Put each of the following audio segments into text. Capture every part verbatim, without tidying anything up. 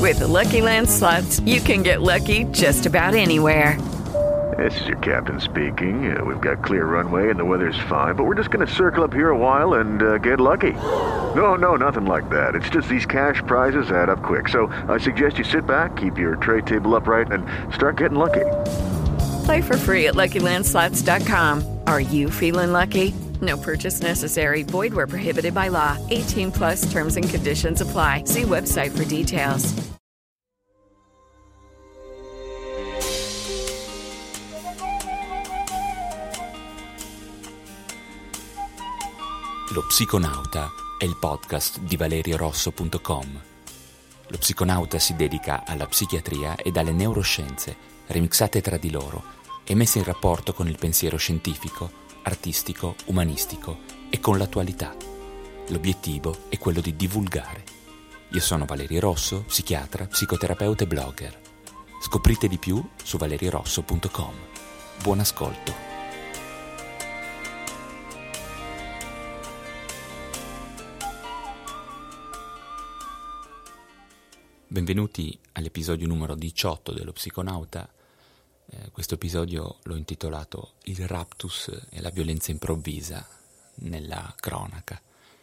With Lucky Land Slots, you can get lucky just about anywhere. This is your captain speaking. Uh, we've got clear runway and the weather's fine, but we're just going to circle up here a while and uh, get lucky. No, no, nothing like that. It's just these cash prizes add up quick. So I suggest you sit back, keep your tray table upright, and start getting lucky. Play for free at Lucky Land Slots dot com. Are you feeling lucky? No purchase necessary. Void where prohibited by law. eighteen plus terms and conditions apply. See website for details. Lo Psiconauta è il podcast di Valerio Rosso punto com. Lo Psiconauta si dedica alla psichiatria e alle neuroscienze, remixate tra di loro e messe in rapporto con il pensiero scientifico, artistico, umanistico e con l'attualità. L'obiettivo è quello di divulgare. Io sono Valerio Rosso, psichiatra, psicoterapeuta e blogger. Scoprite di più su valerio rosso punto com. Buon ascolto. Benvenuti all'episodio numero diciotto dello Psiconauta. Eh, questo episodio l'ho intitolato Il raptus e la violenza improvvisa nella cronaca.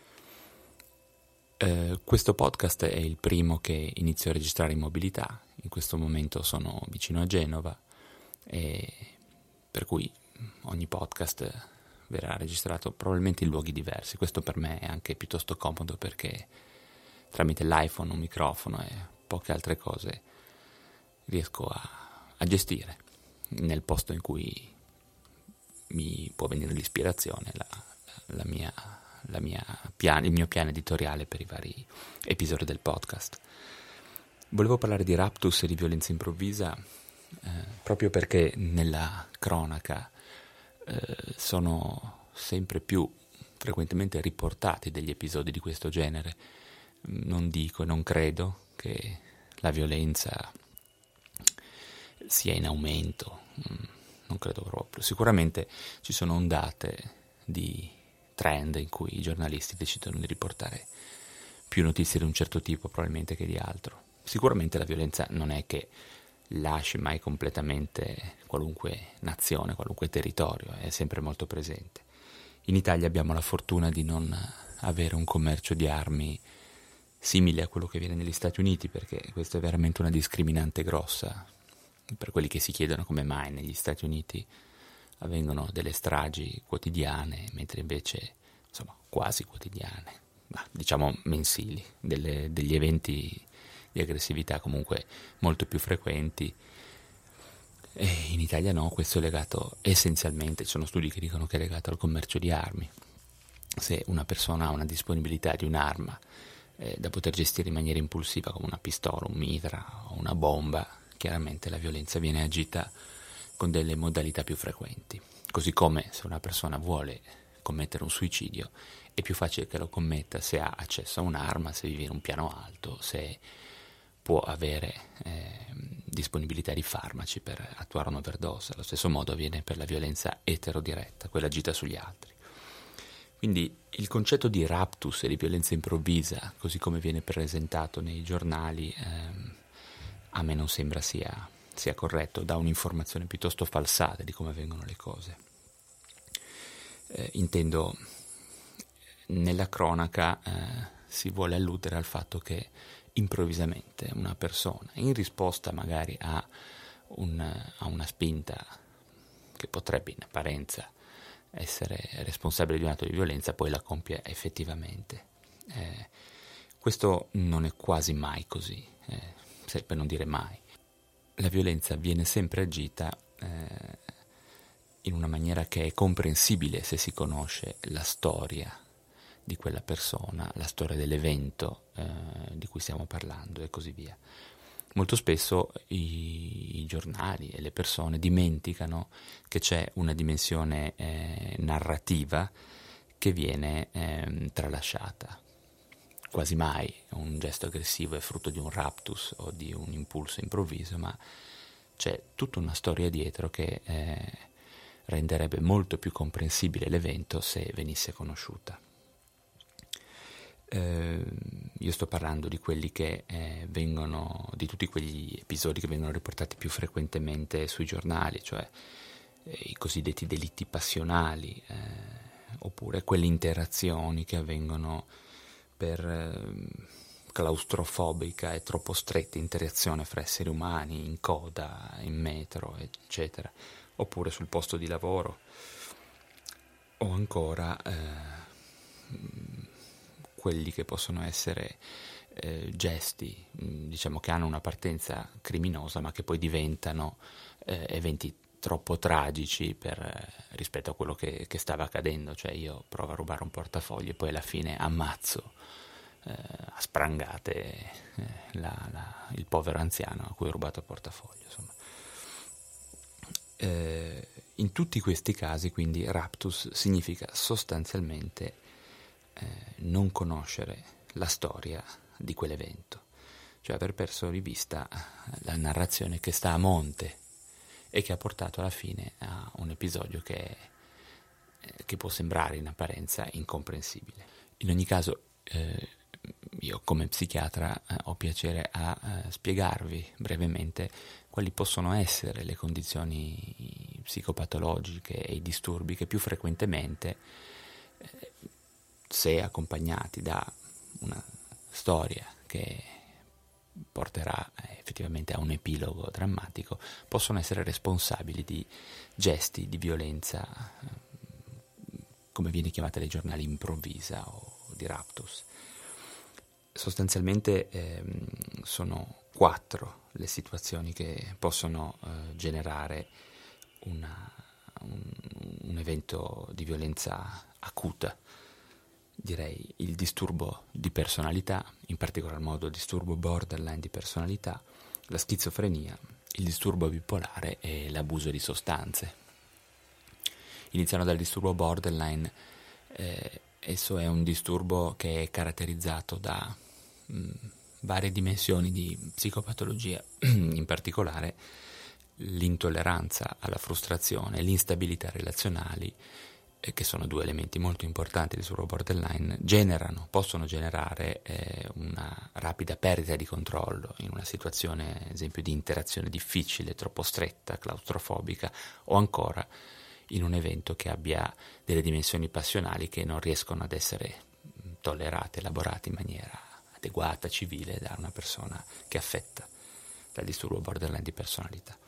Eh, questo podcast è il primo che inizio a registrare in mobilità. In questo momento sono vicino a Genova e per cui ogni podcast verrà registrato probabilmente in luoghi diversi. Questo per me è anche piuttosto comodo perché tramite l'iPhone, un microfono e poche altre cose riesco a, a gestire nel posto in cui mi può venire l'ispirazione, la, la mia, la mia pian, il mio piano editoriale per i vari episodi del podcast. Volevo parlare di raptus e di violenza improvvisa eh, proprio perché nella cronaca eh, sono sempre più frequentemente riportati degli episodi di questo genere. Non dico e non credo che la violenza sia in aumento, non credo proprio. Sicuramente ci sono ondate di trend in cui i giornalisti decidono di riportare più notizie di un certo tipo probabilmente che di altro. Sicuramente la violenza non è che lasci mai completamente qualunque nazione, qualunque territorio, è sempre molto presente. In Italia abbiamo la fortuna di non avere un commercio di armi simile a quello che viene negli Stati Uniti, perché questa è veramente una discriminante grossa per quelli che si chiedono come mai negli Stati Uniti avvengono delle stragi quotidiane, mentre invece, insomma, quasi quotidiane, ma diciamo mensili, delle, degli eventi di aggressività comunque molto più frequenti. E in Italia no, questo è legato essenzialmente, ci sono studi che dicono che è legato al commercio di armi. Se una persona ha una disponibilità di un'arma eh, da poter gestire in maniera impulsiva come una pistola, un mitra o una bomba, chiaramente la violenza viene agita con delle modalità più frequenti. Così come se una persona vuole commettere un suicidio è più facile che lo commetta se ha accesso a un'arma, se vive in un piano alto, se può avere eh, disponibilità di farmaci per attuare un'overdose. Allo stesso modo avviene per la violenza eterodiretta, quella agita sugli altri. Quindi il concetto di raptus e di violenza improvvisa, così come viene presentato nei giornali, ehm, a me non sembra sia, sia corretto, dà un'informazione piuttosto falsata di come avvengono le cose. Eh, intendo, nella cronaca eh, si vuole alludere al fatto che improvvisamente una persona, in risposta magari a, un, a una spinta che potrebbe in apparenza essere responsabile di un atto di violenza, poi la compie effettivamente. Eh, questo non è quasi mai così, eh, se per non dire mai. La violenza viene sempre agita eh, in una maniera che è comprensibile se si conosce la storia di quella persona, la storia dell'evento eh, di cui stiamo parlando e così via. Molto spesso i, i giornali e le persone dimenticano che c'è una dimensione eh, narrativa che viene eh, tralasciata. Quasi mai un gesto aggressivo è frutto di un raptus o di un impulso improvviso, ma c'è tutta una storia dietro che eh, renderebbe molto più comprensibile l'evento se venisse conosciuta. Eh, io sto parlando di quelli che eh, vengono, di tutti quegli episodi che vengono riportati più frequentemente sui giornali, cioè eh, i cosiddetti delitti passionali, eh, oppure quelle interazioni che avvengono per eh, claustrofobica e troppo stretta interazione fra esseri umani, in coda, in metro, eccetera, oppure sul posto di lavoro, o ancora eh, quelli che possono essere eh, gesti, diciamo, che hanno una partenza criminosa ma che poi diventano eh, eventi troppo tragici per, eh, rispetto a quello che, che stava accadendo. Cioè io provo a rubare un portafoglio e poi alla fine ammazzo eh, a sprangate eh, la, la, il povero anziano a cui ho rubato il portafoglio, insomma. Eh, in tutti questi casi quindi raptus significa sostanzialmente eh, non conoscere la storia di quell'evento, cioè aver perso di vista la narrazione che sta a monte e che ha portato alla fine a un episodio che, eh, che può sembrare in apparenza incomprensibile. In ogni caso eh, io come psichiatra eh, ho piacere a eh, spiegarvi brevemente quali possono essere le condizioni psicopatologiche e i disturbi che più frequentemente, eh, se accompagnati da una storia che porterà eh, effettivamente a un epilogo drammatico, possono essere responsabili di gesti di violenza, eh, come viene chiamata dai giornali, improvvisa o di raptus. Sostanzialmente eh, sono quattro le situazioni che possono eh, generare una, un, un evento di violenza acuta. Direi il disturbo di personalità, in particolar modo il disturbo borderline di personalità, la schizofrenia, il disturbo bipolare e l'abuso di sostanze. Iniziando dal disturbo borderline, eh, esso è un disturbo che è caratterizzato da mh, varie dimensioni di psicopatologia, in particolare l'intolleranza alla frustrazione, l'instabilità relazionali, eh, che sono due elementi molto importanti del disturbo borderline, generano, possono generare eh, una rapida perdita di controllo in una situazione, ad esempio, di interazione difficile, troppo stretta, claustrofobica, o ancora in un evento che abbia delle dimensioni passionali che non riescono ad essere tollerate, elaborate in maniera adeguata, civile, da una persona che è affetta dal disturbo borderline di personalità.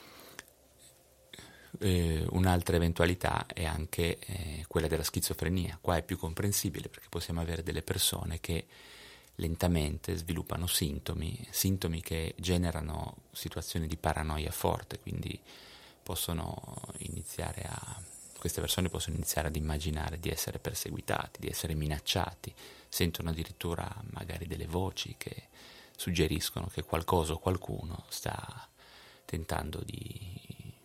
Eh, un'altra eventualità è anche eh, quella della schizofrenia. Qua è più comprensibile perché possiamo avere delle persone che lentamente sviluppano sintomi, sintomi che generano situazioni di paranoia forte, quindi possono iniziare a, queste persone possono iniziare ad immaginare di essere perseguitati, di essere minacciati, sentono addirittura magari delle voci che suggeriscono che qualcosa o qualcuno sta tentando di,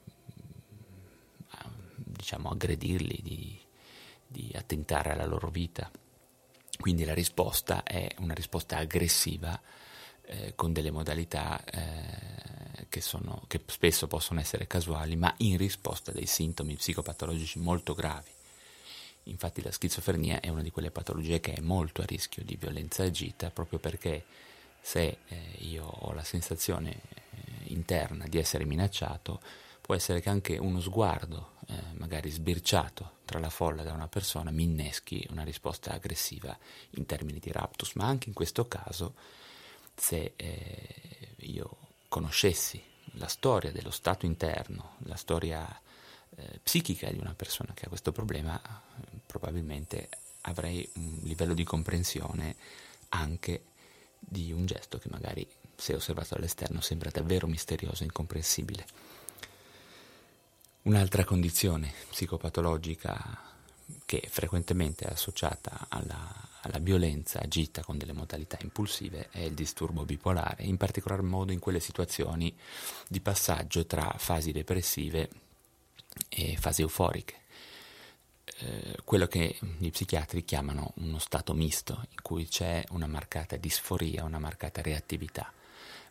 diciamo, aggredirli, di, di attentare alla loro vita. Quindi la risposta è una risposta aggressiva eh, con delle modalità eh, che, sono, che spesso possono essere casuali, ma in risposta a dei sintomi psicopatologici molto gravi. Infatti la schizofrenia è una di quelle patologie che è molto a rischio di violenza agita, proprio perché se eh, io ho la sensazione eh, interna di essere minacciato, può essere che anche uno sguardo, eh, magari sbirciato tra la folla da una persona, mi inneschi una risposta aggressiva in termini di raptus. Ma anche in questo caso, se eh, io conoscessi la storia dello stato interno, la storia eh, psichica di una persona che ha questo problema, eh, probabilmente avrei un livello di comprensione anche di un gesto che magari, se osservato dall'esterno, sembra davvero misterioso e incomprensibile. Un'altra condizione psicopatologica che frequentemente è associata alla, alla violenza agita con delle modalità impulsive è il disturbo bipolare, in particolar modo in quelle situazioni di passaggio tra fasi depressive e fasi euforiche. Eh, quello che gli psichiatri chiamano uno stato misto, in cui c'è una marcata disforia, una marcata reattività,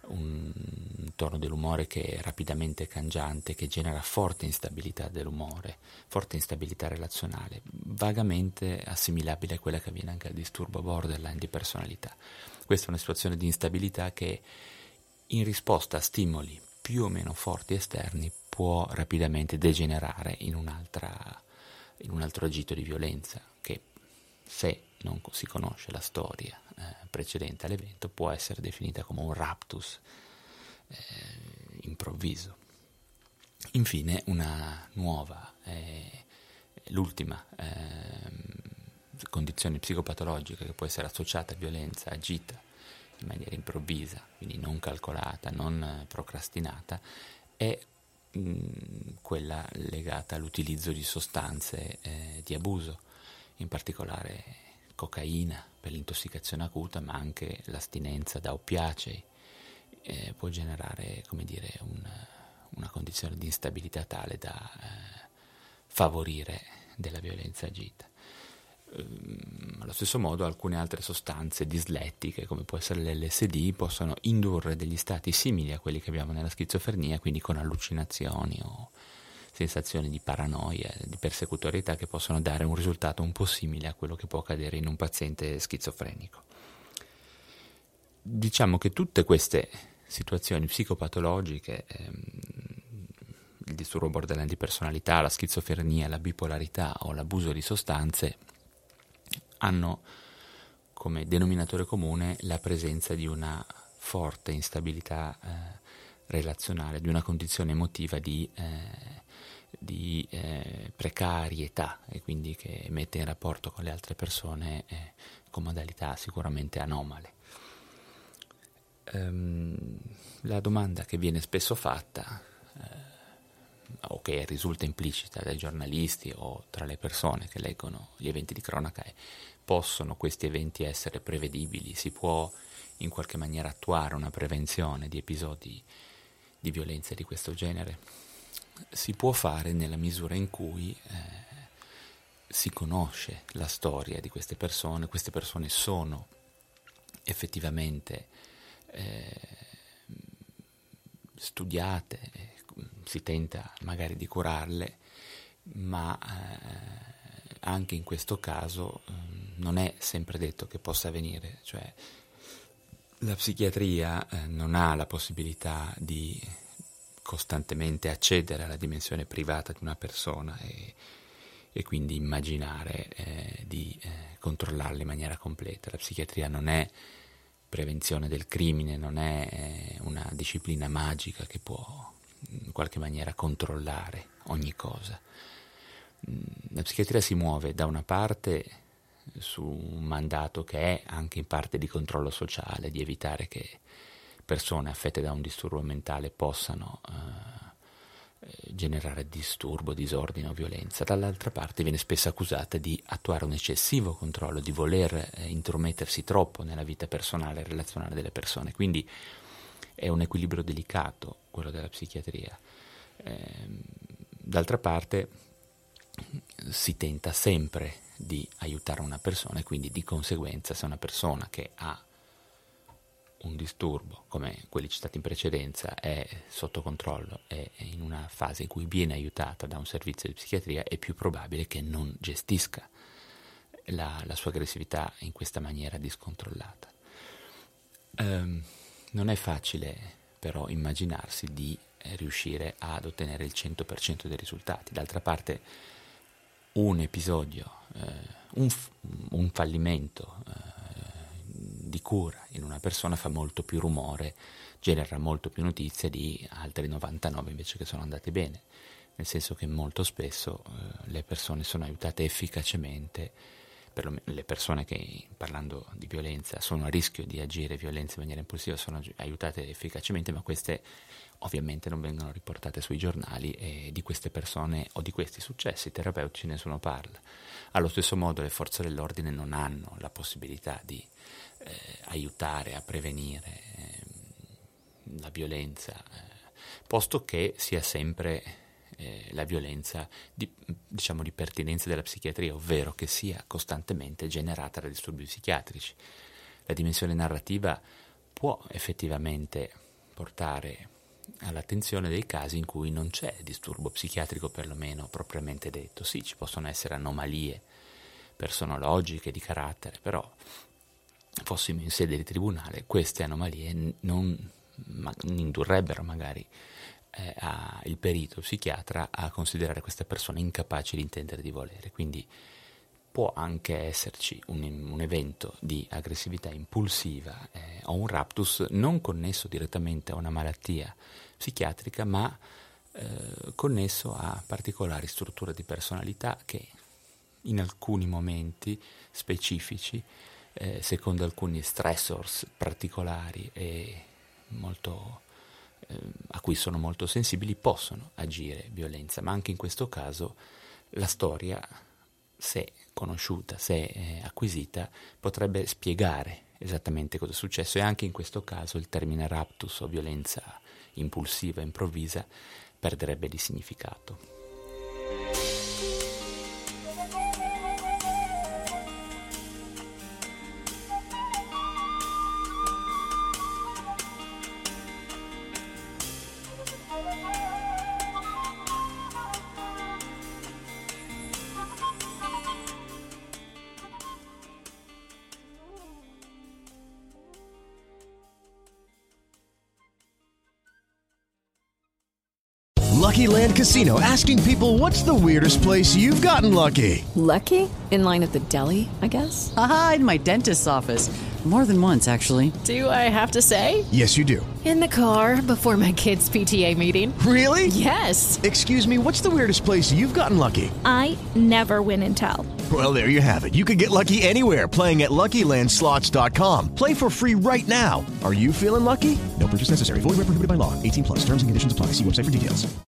un tono dell'umore che è rapidamente cangiante, che genera forte instabilità dell'umore, forte instabilità relazionale, vagamente assimilabile a quella che avviene anche al disturbo borderline di personalità. Questa è una situazione di instabilità che in risposta a stimoli più o meno forti esterni può rapidamente degenerare in un'altra, in un altro agito di violenza che, se non si conosce la storia eh, precedente all'evento, può essere definita come un raptus eh, improvviso. Infine, una nuova, eh, l'ultima eh, condizione psicopatologica che può essere associata a violenza agita in maniera improvvisa, quindi non calcolata, non procrastinata, è mh, quella legata all'utilizzo di sostanze eh, di abuso, in particolare cocaina per l'intossicazione acuta, ma anche l'astinenza da oppiacei eh, può generare, come dire, un, una condizione di instabilità tale da eh, favorire della violenza agita. Ehm, allo stesso modo alcune altre sostanze dislettiche, come può essere l'L S D, possono indurre degli stati simili a quelli che abbiamo nella schizofrenia, quindi con allucinazioni o sensazioni di paranoia, di persecutorietà, che possono dare un risultato un po' simile a quello che può accadere in un paziente schizofrenico. Diciamo che tutte queste situazioni psicopatologiche, ehm, il disturbo borderline di personalità, la schizofrenia, la bipolarità o l'abuso di sostanze, hanno come denominatore comune la presenza di una forte instabilità eh, relazionale, di una condizione emotiva di eh, di eh, precarietà, e quindi che mette in rapporto con le altre persone eh, con modalità sicuramente anomale. Ehm, la domanda che viene spesso fatta eh, o che risulta implicita dai giornalisti o tra le persone che leggono gli eventi di cronaca è: possono questi eventi essere prevedibili? Si può in qualche maniera attuare una prevenzione di episodi di violenza di questo genere? Si può fare nella misura in cui eh, si conosce la storia di queste persone, queste persone sono effettivamente eh, studiate, si tenta magari di curarle, ma eh, anche in questo caso eh, non è sempre detto che possa avvenire, cioè la psichiatria eh, non ha la possibilità di costantemente accedere alla dimensione privata di una persona e, e quindi immaginare eh, di eh, controllarla in maniera completa. La psichiatria non è prevenzione del crimine, non è eh, una disciplina magica che può in qualche maniera controllare ogni cosa. La psichiatria si muove da una parte su un mandato che è anche in parte di controllo sociale, di evitare che persone affette da un disturbo mentale possano eh, generare disturbo, disordine o violenza. Dall'altra parte viene spesso accusata di attuare un eccessivo controllo, di voler eh, intromettersi troppo nella vita personale e relazionale delle persone. Quindi è un equilibrio delicato quello della psichiatria. Eh, d'altra parte si tenta sempre di aiutare una persona e quindi di conseguenza, se una persona che ha un disturbo come quelli citati in precedenza è sotto controllo, è in una fase in cui viene aiutata da un servizio di psichiatria, è più probabile che non gestisca la, la sua aggressività in questa maniera discontrollata. Um, non è facile però immaginarsi di eh, riuscire ad ottenere il cento per cento dei risultati. D'altra parte un episodio, eh, un, un fallimento eh, di cura in una persona fa molto più rumore, genera molto più notizie di altri novantanove invece che sono andate bene, nel senso che molto spesso eh, le persone sono aiutate efficacemente, per le persone che, parlando di violenza, sono a rischio di agire violenza in maniera impulsiva, sono aiutate efficacemente, ma queste ovviamente non vengono riportate sui giornali, e di queste persone o di questi successi terapeutici nessuno parla. Allo stesso modo le forze dell'ordine non hanno la possibilità di eh, aiutare a prevenire eh, la violenza, eh, posto che sia sempre eh, la violenza di, diciamo di pertinenza della psichiatria, ovvero che sia costantemente generata da disturbi psichiatrici. La dimensione narrativa può effettivamente portare all'attenzione dei casi in cui non c'è disturbo psichiatrico, perlomeno propriamente detto. Sì, ci possono essere anomalie personologiche di carattere, però fossimo in sede di tribunale, queste anomalie non ma, indurrebbero magari eh, a, il perito psichiatra a considerare questa persona incapace di intendere di volere. Quindi può anche esserci un, un evento di aggressività impulsiva eh, o un raptus non connesso direttamente a una malattia psichiatrica, ma eh, connesso a particolari strutture di personalità che in alcuni momenti specifici, eh, secondo alcuni stressors particolari e molto, eh, a cui sono molto sensibili, possono agire violenza. Ma anche in questo caso la storia, se conosciuta, se eh, acquisita, potrebbe spiegare esattamente cosa è successo, e anche in questo caso il termine raptus o violenza impulsiva, improvvisa, perderebbe di significato. Lucky Land Casino, asking people, what's the weirdest place you've gotten lucky? Lucky? In line at the deli, I guess? Aha, in my dentist's office. More than once, actually. Do I have to say? Yes, you do. In the car before my kids' P T A meeting. Really? Yes. Excuse me, what's the weirdest place you've gotten lucky? I never win and tell. Well, there you have it. You can get lucky anywhere, playing at Lucky Land Slots dot com. Play for free right now. Are you feeling lucky? No purchase necessary. Void where prohibited by law. eighteen plus. Terms and conditions apply. See website for details.